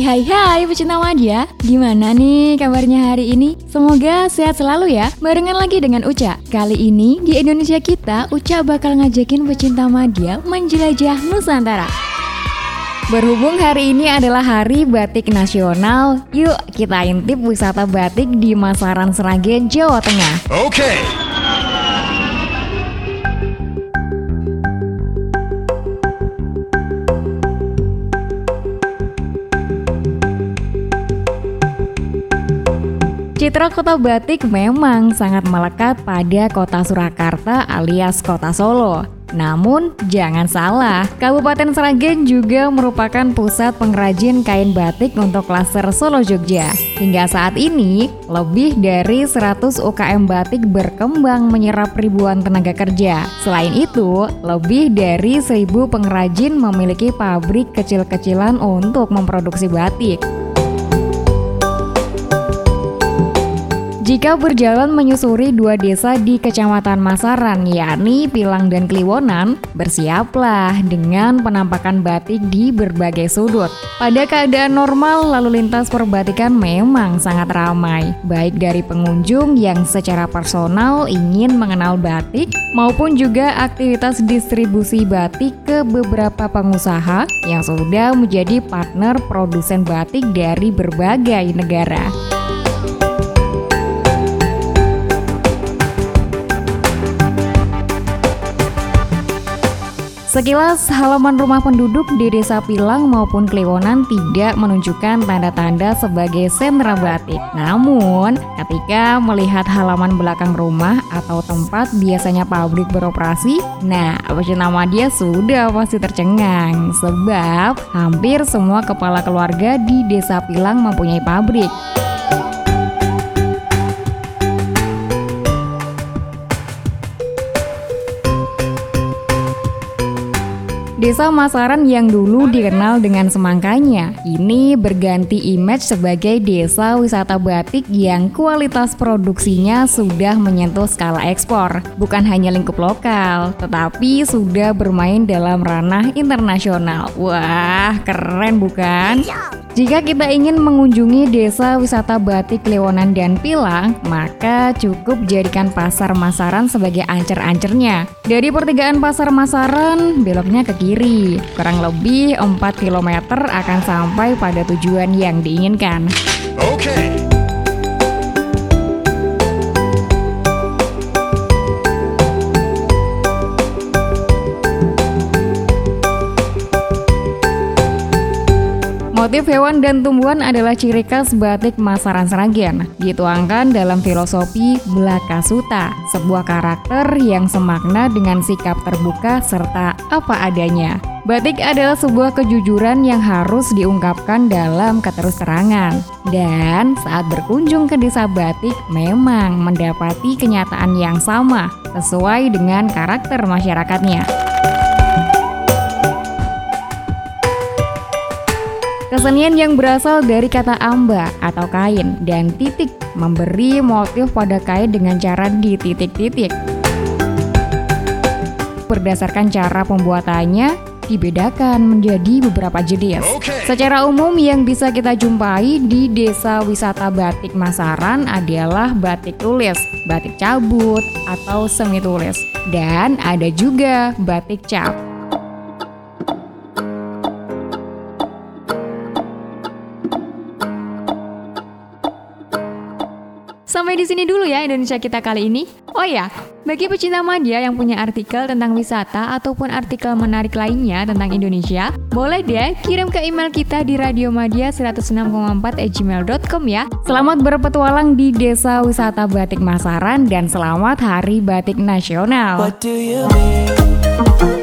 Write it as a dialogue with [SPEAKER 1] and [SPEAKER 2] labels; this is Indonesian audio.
[SPEAKER 1] Hai pecinta Madya, gimana nih kabarnya hari ini? Semoga sehat selalu ya. Barengan lagi dengan Uca. Kali ini di Indonesia kita, Uca bakal ngajakin pecinta Madya menjelajah Nusantara. Berhubung hari ini adalah Hari Batik Nasional, yuk kita intip wisata batik di Masaran Sragen, Jawa Tengah.
[SPEAKER 2] Oke.
[SPEAKER 1] Citra kota batik memang sangat melekat pada kota Surakarta alias kota Solo. Namun, jangan salah, Kabupaten Sragen juga merupakan pusat pengrajin kain batik untuk klaster Solo Jogja. Hingga saat ini, lebih dari 100 UKM batik berkembang menyerap ribuan tenaga kerja. Selain itu, lebih dari 1.000 pengrajin memiliki pabrik kecil-kecilan untuk memproduksi batik. Jika berjalan menyusuri 2 desa di Kecamatan Masaran, yakni Pilang dan Kliwonan, bersiaplah dengan penampakan batik di berbagai sudut. Pada keadaan normal, lalu lintas perbatikan memang sangat ramai, baik dari pengunjung yang secara personal ingin mengenal batik, maupun juga aktivitas distribusi batik ke beberapa pengusaha yang sudah menjadi partner produsen batik dari berbagai negara. Sekilas halaman rumah penduduk di Desa Pilang maupun Kliwonan tidak menunjukkan tanda-tanda sebagai sentra batik. Namun, ketika melihat halaman belakang rumah atau tempat biasanya pabrik beroperasi, nah, pecinta Madya sudah pasti tercengang sebab hampir semua kepala keluarga di Desa Pilang mempunyai pabrik. Desa Masaran yang dulu dikenal dengan semangkanya, ini berganti image sebagai desa wisata batik yang kualitas produksinya sudah menyentuh skala ekspor. Bukan hanya lingkup lokal, tetapi sudah bermain dalam ranah internasional. Wah, keren bukan? Jika kita ingin mengunjungi desa wisata batik Kliwonan dan Pilang, maka cukup jadikan Pasar Masaran sebagai ancer-ancernya. Dari pertigaan Pasar Masaran, beloknya ke kiri. Kurang lebih 4 km akan sampai pada tujuan yang diinginkan.
[SPEAKER 2] Oke.
[SPEAKER 1] Motif hewan dan tumbuhan adalah ciri khas batik Masaran Sragen. Dituangkan dalam filosofi Blaka Sutta, sebuah karakter yang semakna dengan sikap terbuka serta apa adanya. Batik adalah sebuah kejujuran yang harus diungkapkan dalam keterus-terangan. Dan saat berkunjung ke desa batik memang mendapati kenyataan yang sama sesuai dengan karakter masyarakatnya. Kesenian yang berasal dari kata amba atau kain dan titik memberi motif pada kain dengan cara dititik-titik. Berdasarkan cara pembuatannya dibedakan menjadi beberapa jenis. Secara umum yang bisa kita jumpai di desa wisata batik Masaran adalah batik tulis, batik cabut atau semi tulis, dan ada juga batik cap. Sampai di sini dulu ya Indonesia kita kali ini. Oh ya, bagi pecinta Madya yang punya artikel tentang wisata ataupun artikel menarik lainnya tentang Indonesia, boleh deh kirim ke email kita di radiomadya106,4@gmail.com ya. Selamat berpetualang di Desa Wisata Batik Masaran dan selamat Hari Batik Nasional.
[SPEAKER 3] What do you mean?